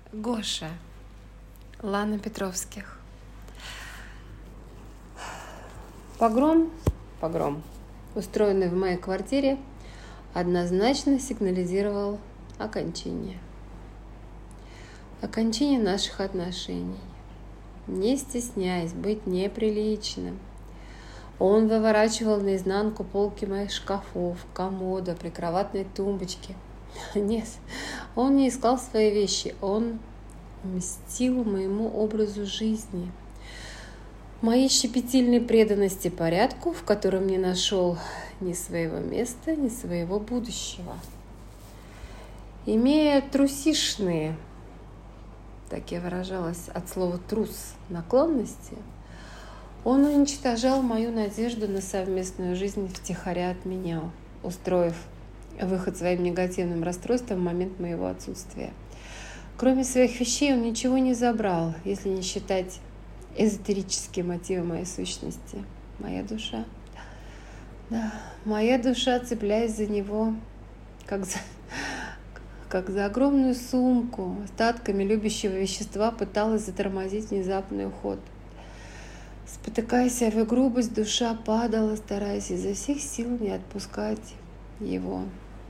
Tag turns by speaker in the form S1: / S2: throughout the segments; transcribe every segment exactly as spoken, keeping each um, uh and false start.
S1: Гоша, Лана Петровских. Погром, погром, устроенный в моей квартире, однозначно сигнализировал окончание. Окончание наших отношений. Не стесняясь быть неприличным, он выворачивал наизнанку полки моих шкафов, комода, прикроватной тумбочки. Нет, он не искал свои вещи, он мстил моему образу жизни, моей щепетильной преданности порядку, в котором не нашел ни своего места, ни своего будущего. Имея трусишные, так я выражалась от слова трус, наклонности, он уничтожал мою надежду на совместную жизнь втихаря от меня, устроив выход своим негативным расстройством в момент моего отсутствия. Кроме своих вещей он ничего не забрал, если не считать эзотерические мотивы моей сущности. Моя душа. Да, моя душа, цепляясь за него, как за, как за огромную сумку, остатками любящего вещества пыталась затормозить внезапный уход. Спотыкаясь о его грубость, душа падала, стараясь изо всех сил не отпускать его.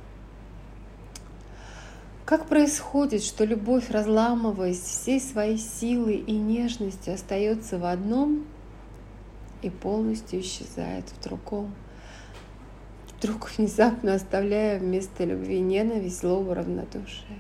S1: Как происходит, что любовь, разламываясь всей своей силой и нежностью, остается в одном и полностью исчезает в другом, вдруг внезапно оставляя вместо любви ненависть, злобу, равнодушие.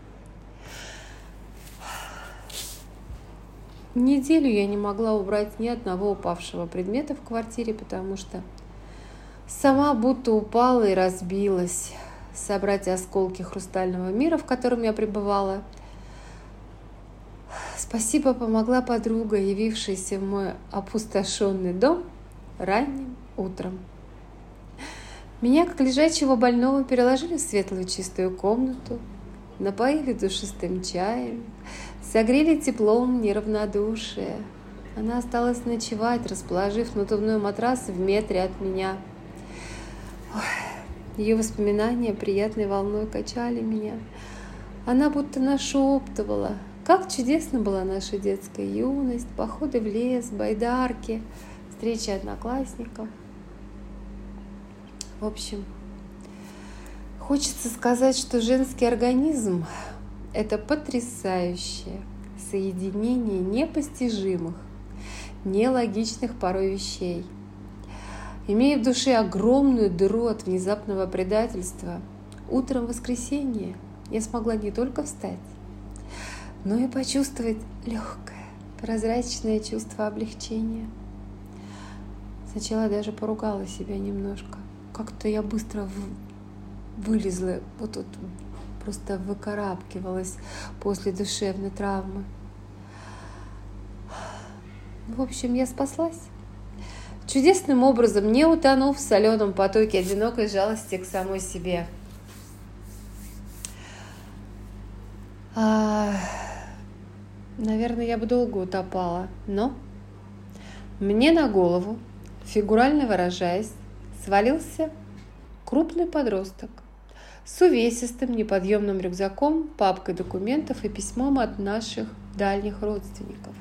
S1: Неделю я не могла убрать ни одного упавшего предмета в квартире, потому что сама будто упала и разбилась. Собрать осколки хрустального мира, в котором я пребывала. Спасибо, помогла подруга, явившаяся в мой опустошенный дом ранним утром. Меня, как лежачего больного, переложили в светлую чистую комнату, напоили душистым чаем, согрели теплом неравнодушия. Она осталась ночевать, расположив надувной матрас в метре от меня. Ой. Ее воспоминания приятной волной качали меня. Она будто нашептывала, как чудесна была наша детская юность, походы в лес, байдарки, встречи одноклассников. В общем, хочется сказать, что женский организм – это потрясающее соединение непостижимых, нелогичных порой вещей. Имея в душе огромную дыру от внезапного предательства, утром воскресенья я смогла не только встать, но и почувствовать легкое, прозрачное чувство облегчения. Сначала даже поругала себя немножко. Как-то я быстро вылезла, вот тут просто выкарабкивалась после душевной травмы. В общем, я спаслась. Чудесным образом, не утонув в соленом потоке одинокой жалости к самой себе. А, наверное, я бы долго утопала, но мне на голову, фигурально выражаясь, свалился крупный подросток с увесистым неподъемным рюкзаком, папкой документов и письмом от наших дальних родственников.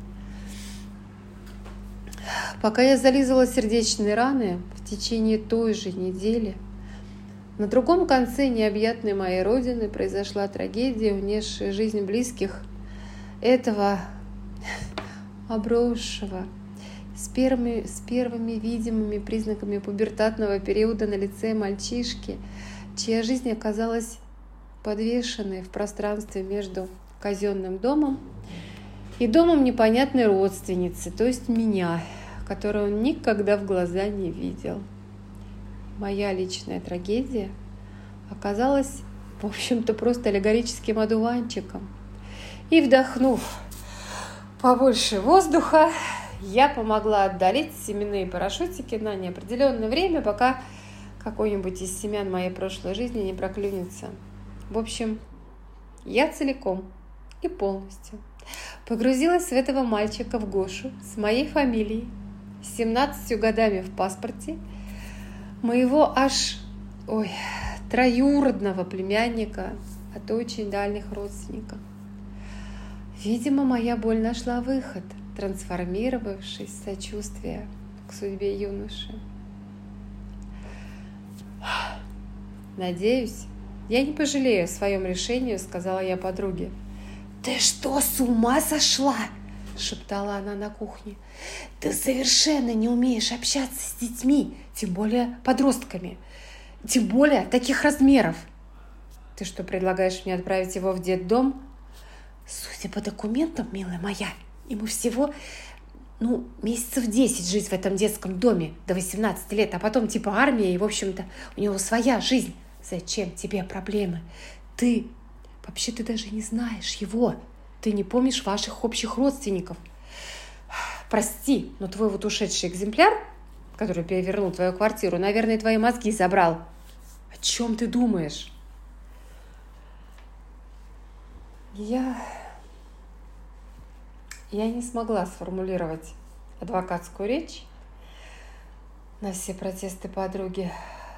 S1: Пока я зализывала сердечные раны в течение той же недели, на другом конце необъятной моей родины произошла трагедия, унесшая жизнь близких этого обросшего с первыми, с первыми видимыми признаками пубертатного периода на лице мальчишки, чья жизнь оказалась подвешенной в пространстве между казенным домом и домом непонятной родственницы, то есть меня, которую он никогда в глаза не видел. Моя личная трагедия оказалась, в общем-то, просто аллегорическим одуванчиком. И, вдохнув побольше воздуха, я помогла отдалить семенные парашютики на неопределенное время, пока какой-нибудь из семян моей прошлой жизни не проклюнется. В общем, я целиком и полностью погрузилась в этого мальчика, в Гошу, с моей фамилией, с семнадцатью годами в паспорте, моего аж ой, троюродного племянника от очень дальних родственников. Видимо, моя боль нашла выход, трансформировавшись в сочувствие к судьбе юноши. «Надеюсь, я не пожалею о своем решении», — сказала я подруге. «Ты что, с ума сошла?» — шептала она на кухне. «Ты совершенно не умеешь общаться с детьми, тем более подростками, тем более таких размеров. Ты что, предлагаешь мне отправить его в детдом?» «Судя по документам, милая моя, ему всего, ну, месяцев десять жить в этом детском доме до восемнадцати лет, а потом типа армия, и, в общем-то, у него своя жизнь. Зачем тебе проблемы? Ты, вообще ты даже не знаешь его, ты не помнишь ваших общих родственников. Прости, но твой вот ушедший экземпляр, который перевернул твою квартиру, наверное, твои мозги забрал. О чем ты думаешь?» Я... Я не смогла сформулировать адвокатскую речь на все протесты подруги.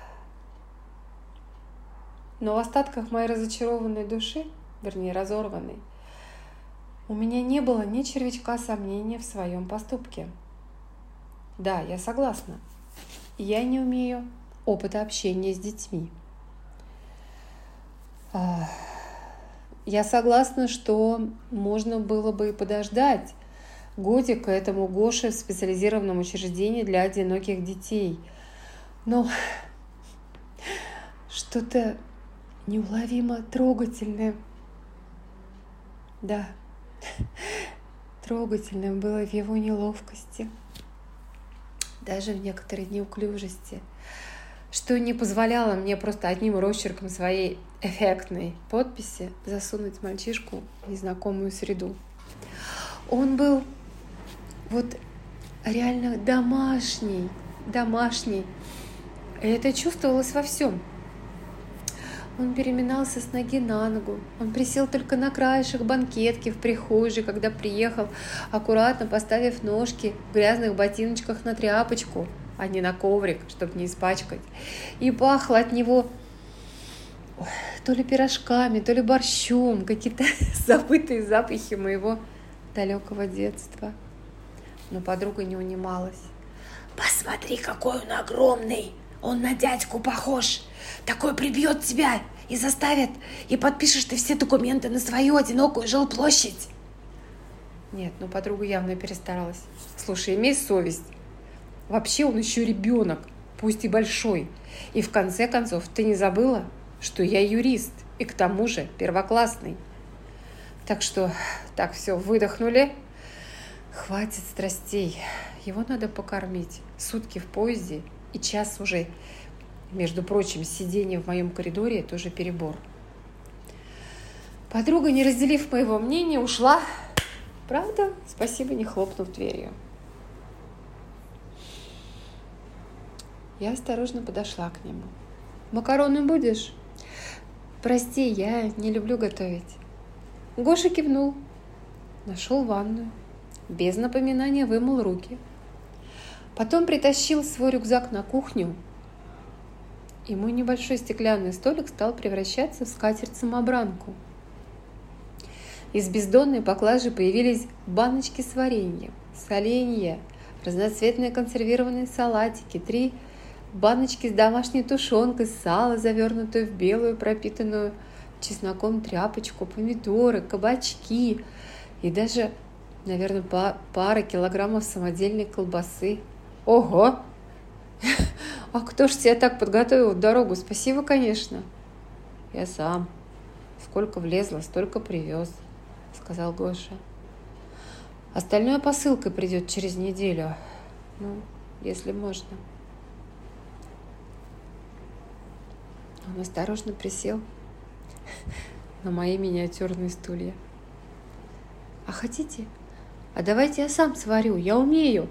S1: Но в остатках моей разочарованной души, вернее разорванной, у меня не было ни червячка сомнения в своем поступке. Да, я согласна. Я не умею опыта общения с детьми. Я согласна, что можно было бы и подождать годик этому Гоше в специализированном учреждении для одиноких детей. Но что-то неуловимо трогательное. Да, трогательное было в его неловкости, даже в некоторой неуклюжести, что не позволяло мне просто одним росчерком своей эффектной подписи засунуть мальчишку в незнакомую среду. Он был вот реально домашний, домашний. И это чувствовалось во всем. Он переминался с ноги на ногу. Он присел только на краешек банкетки в прихожей, когда приехал, аккуратно поставив ножки в грязных ботиночках на тряпочку, а не на коврик, чтобы не испачкать. И пахло от него то ли пирожками, то ли борщом, какие-то забытые запахи моего далекого детства. Но подруга не унималась. «Посмотри, какой он огромный! Он на дядьку похож! Такой прибьет тебя и заставит, и подпишешь ты все документы на свою одинокую жилплощадь!» Нет, ну подруга явно перестаралась. «Слушай, имей совесть. Вообще он еще ребенок, пусть и большой. И в конце концов, ты не забыла, что я юрист, и к тому же первоклассный. Так что, так, все, выдохнули. Хватит страстей. Его надо покормить. Сутки в поезде и час уже. Между прочим, сидение в моем коридоре – это уже перебор». Подруга, не разделив моего мнения, ушла. Правда, спасибо, не хлопнув дверью. Я осторожно подошла к нему. «Макароны будешь?» «Прости, я не люблю готовить». Гоша кивнул, нашел ванную, без напоминания вымыл руки. Потом притащил свой рюкзак на кухню, и мой небольшой стеклянный столик стал превращаться в скатерть-самобранку. Из бездонной поклажи появились баночки с вареньем, соленья, разноцветные консервированные салатики, три баночки с домашней тушенкой, сало, завернутое в белую, пропитанную чесноком тряпочку, помидоры, кабачки и даже, наверное, пара килограммов самодельной колбасы. Ого! А кто ж тебя так подготовил в дорогу? Спасибо, конечно. Я сам. Сколько влезло, столько привез, сказал Гоша. Остальное посылкой придет через неделю. Ну, если можно. Он осторожно присел на мои миниатюрные стулья. А хотите? А давайте я сам сварю, я умею.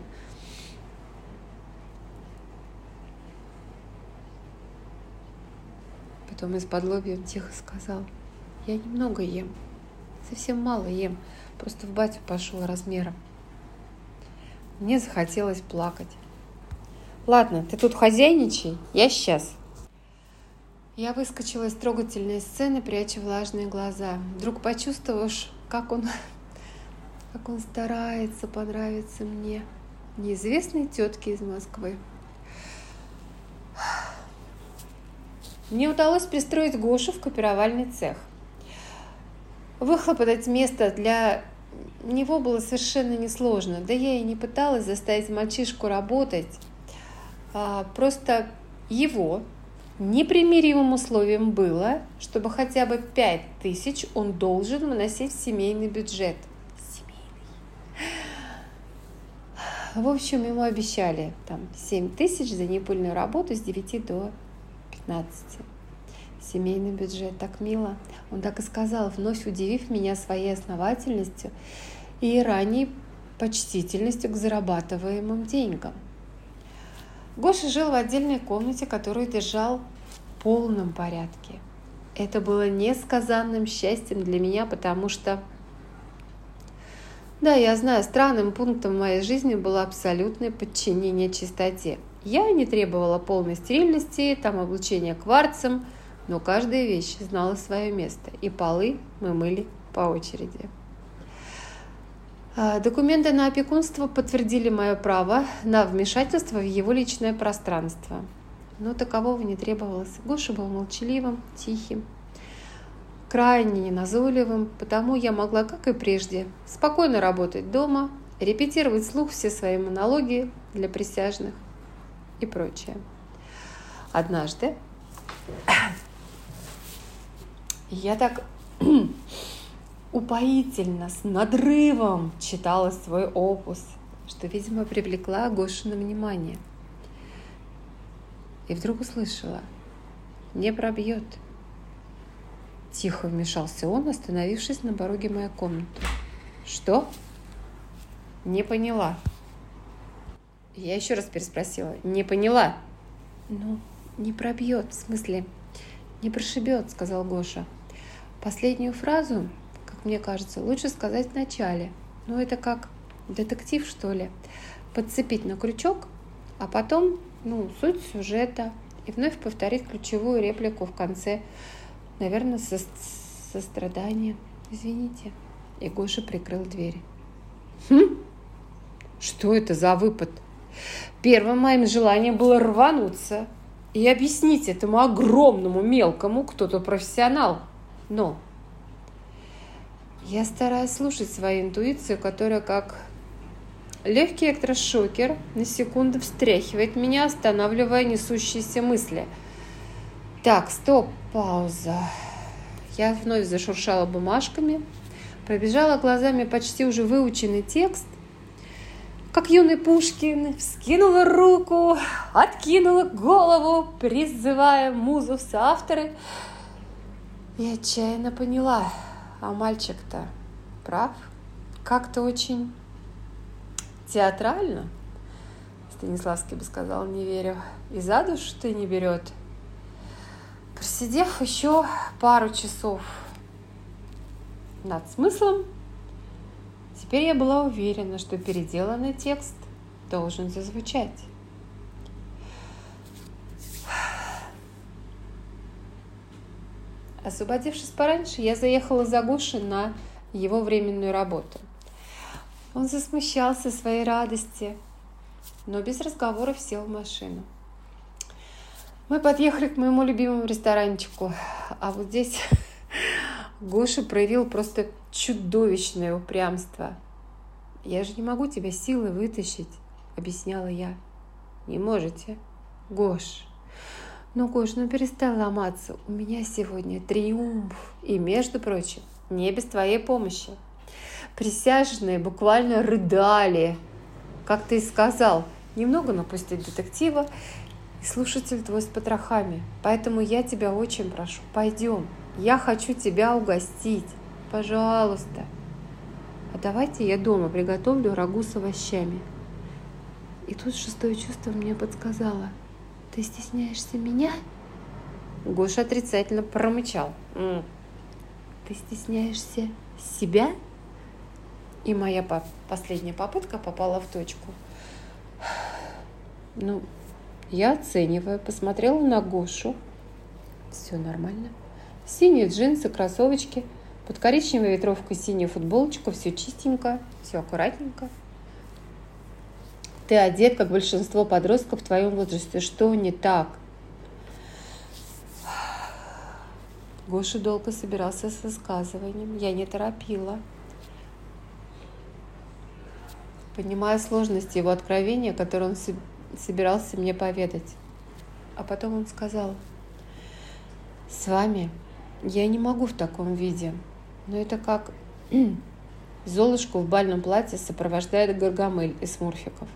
S1: Потом из-под лобья он тихо сказал: я немного ем, совсем мало ем, просто в батю пошел размером. Мне захотелось плакать. Ладно, ты тут хозяйничай, я сейчас. Я выскочила из трогательной сцены, пряча влажные глаза. Вдруг почувствовав, как он как он старается понравиться мне, неизвестной тетке из Москвы. Мне удалось пристроить Гошу в копировальный цех. Выхлопотать место для него было совершенно несложно, да я и не пыталась заставить мальчишку работать. А просто его непримиримым условием было, чтобы хотя бы пять тысяч он должен выносить в семейный бюджет. Семейный. В общем, ему обещали там семь тысяч за непыльную работу с девяти до пятнадцати. Семейный бюджет, так мило. Он так и сказал, вновь удивив меня своей основательностью и ранней почтительностью к зарабатываемым деньгам. Гоша жил в отдельной комнате, которую держал в полном порядке. Это было несказанным счастьем для меня, потому что, да, я знаю, странным пунктом в моей жизни было абсолютное подчинение чистоте. Я не требовала полной стерильности, там облучения кварцем, но каждая вещь знала свое место, и полы мы мыли по очереди. Документы на опекунство подтвердили мое право на вмешательство в его личное пространство. Но такового не требовалось. Гоша был молчаливым, тихим, крайне неназойливым, потому я могла, как и прежде, спокойно работать дома, репетировать вслух все свои монологи для присяжных и прочее. Однажды я так упоительно, с надрывом читала свой опус, что, видимо, привлекла Гошино внимание. И вдруг услышала: «Не пробьет». Тихо вмешался он, остановившись на пороге моей комнаты. «Что?» «Не поняла». Я еще раз переспросила. «Не поняла». «Ну, не пробьет, в смысле, не прошибет», — сказал Гоша. Последнюю фразу, как мне кажется, лучше сказать в начале. Ну, это как детектив, что ли. Подцепить на крючок, а потом, ну, суть сюжета, и вновь повторить ключевую реплику в конце. Наверное, со сострадание. Извините. И Гоша прикрыл дверь. Хм? Что это за выпад? Первым моим желанием было рвануться и объяснить этому огромному мелкому кто-то профессионал. Но я стараюсь слушать свою интуицию, которая как легкий электрошокер на секунду встряхивает меня, останавливая несущиеся мысли. Так, стоп, пауза. Я вновь зашуршала бумажками, пробежала глазами почти уже выученный текст, как юный Пушкин, вскинула руку, откинула голову, призывая музу в соавторы, и отчаянно поняла, а мальчик-то прав, как-то очень театрально, Станиславский бы сказал, не верю, и за душу-то не берет. Просидев еще пару часов над смыслом, теперь я была уверена, что переделанный текст должен зазвучать. Освободившись пораньше, я заехала за Гошей на его временную работу. Он засмущался своей радости, но без разговоров сел в машину. Мы подъехали к моему любимому ресторанчику, а вот здесь Гоша проявил просто чудовищное упрямство. «Я же не могу тебя силой вытащить», — объясняла я. «Не можете?» «Гош, ну, Гош, ну перестань ломаться. У меня сегодня триумф. И, между прочим, не без твоей помощи. Присяжные буквально рыдали. Как ты и сказал, немного напустить детектива, и слушатель твой с потрохами. Поэтому я тебя очень прошу, пойдем. Я хочу тебя угостить. Пожалуйста. А давайте я дома приготовлю рагу с овощами». И тут шестое чувство мне подсказало: «Ты стесняешься меня?» Гоша отрицательно промычал. «М-м. Ты стесняешься себя?» И моя по- последняя попытка попала в точку. Ну, я, оценивая, посмотрела на Гошу. Все нормально. Синие джинсы, кроссовочки, Под коричневой ветровкой синяя футболочка, все чистенько, все аккуратненько. Ты одет, как большинство подростков в твоем возрасте. Что не так? Гоша долго собирался с высказыванием. Я не торопила. Понимая сложности его откровения, которые он собирался мне поведать. А потом он сказал: с вами я не могу в таком виде. Но это как Золушку в бальном платье сопровождает Гаргамель из смурфиков.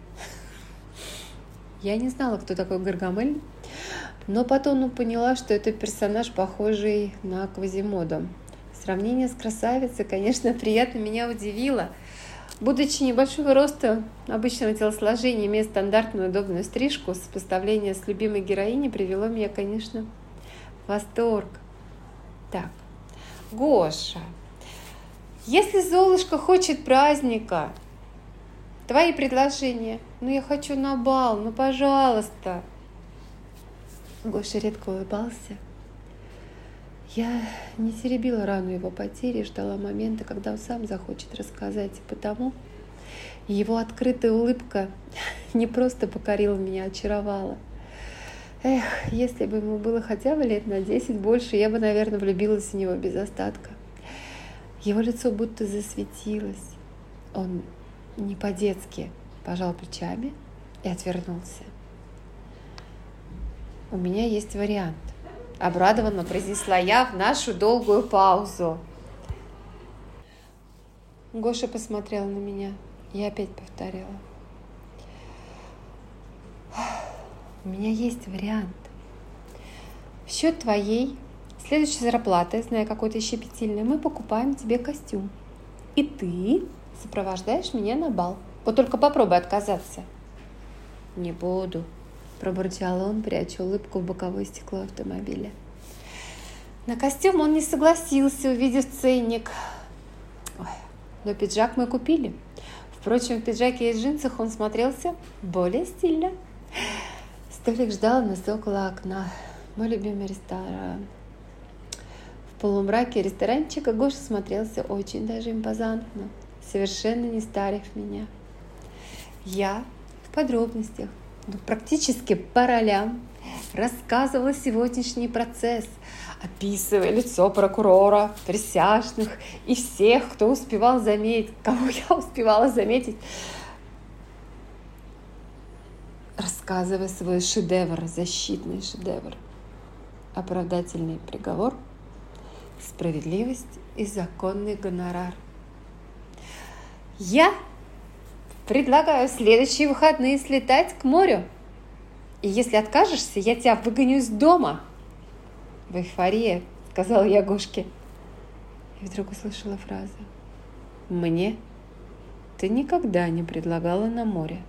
S1: Я не знала, кто такой Гаргамель, но потом поняла, что это персонаж, похожий на Квазимоду. Сравнение с красавицей, конечно, приятно меня удивило. Будучи небольшого роста, обычного телосложения, имея стандартную удобную стрижку, сопоставление с любимой героиней привело меня, конечно, в восторг. Так, Гоша, если Золушка хочет праздника, твои предложения, ну я хочу на бал, ну пожалуйста. Гоша редко улыбался. Я не теребила рану его потери и ждала момента, когда он сам захочет рассказать. И потому его открытая улыбка не просто покорила меня, а очаровала. Эх, если бы ему было хотя бы лет на десять больше, я бы, наверное, влюбилась в него без остатка. Его лицо будто засветилось. Он не по-детски пожал плечами и отвернулся. У меня есть вариант. Обрадованно произнесла я в нашу долгую паузу. Гоша посмотрел на меня. Я опять повторила. У меня есть вариант. В счет твоей следующей зарплаты, зная какой-то щепетильный, мы покупаем тебе костюм. И ты сопровождаешь меня на бал. Вот только попробуй отказаться. Не буду. Пробурчал он, пряча улыбку в боковое стекло автомобиля. На костюм он не согласился, увидев ценник. Ой, но пиджак мы купили. Впрочем, в пиджаке и джинсах он смотрелся более стильно. Столик ждал нас около окна. Мой любимый ресторан. В полумраке ресторанчика Гоша смотрелся очень даже импозантно, совершенно не старив меня. Я в подробностях, но практически по ролям рассказывала сегодняшний процесс, описывая лицо прокурора, присяжных и всех, кто успевал заметить, кого я успевала заметить, рассказывая свой шедевр, защитный шедевр, оправдательный приговор, справедливость и законный гонорар. Я предлагаю в следующие выходные слетать к морю. И если откажешься, я тебя выгоню из дома. В эйфории сказала я Гошке. И вдруг услышала фразу. Мне ты никогда не предлагала на море.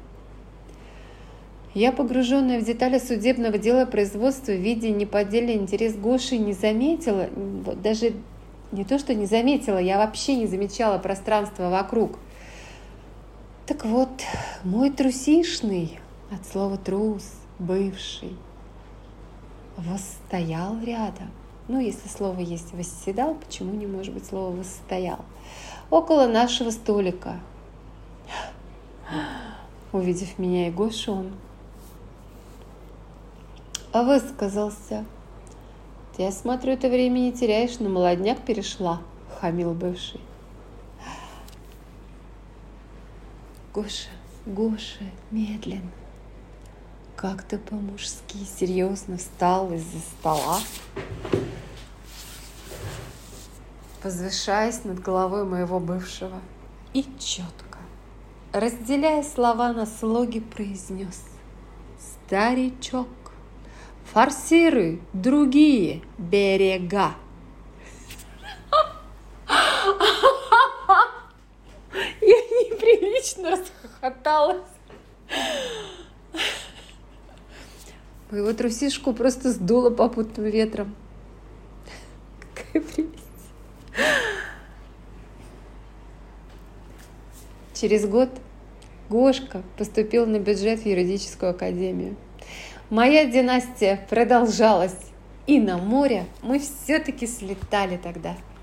S1: Я, погруженная в детали судебного дела производства, видя неподдельный интерес Гоши, не заметила, даже не то, что не заметила, я вообще не замечала пространства вокруг. Так вот, мой трусишный, от слова трус, бывший, восстоял рядом. Ну, если слово есть восседал, почему не может быть слово восстоял? Около нашего столика. Увидев меня и Гошу, он высказался. Ты, я смотрю, это время не теряешь, на молодняк перешла, хамил бывший. Гоша, Гоша, медленно, как-то по-мужски серьезно встал из-за стола, возвышаясь над головой моего бывшего, и четко, разделяя слова на слоги, произнес: старичок, форсируй другие берега. Я неприлично расхохоталась. Моего трусишку просто сдуло попутным ветром. Какая прелесть. Через год Гошка поступил на бюджет в юридическую академию. Моя династия продолжалась. И на море мы все-таки слетали тогда.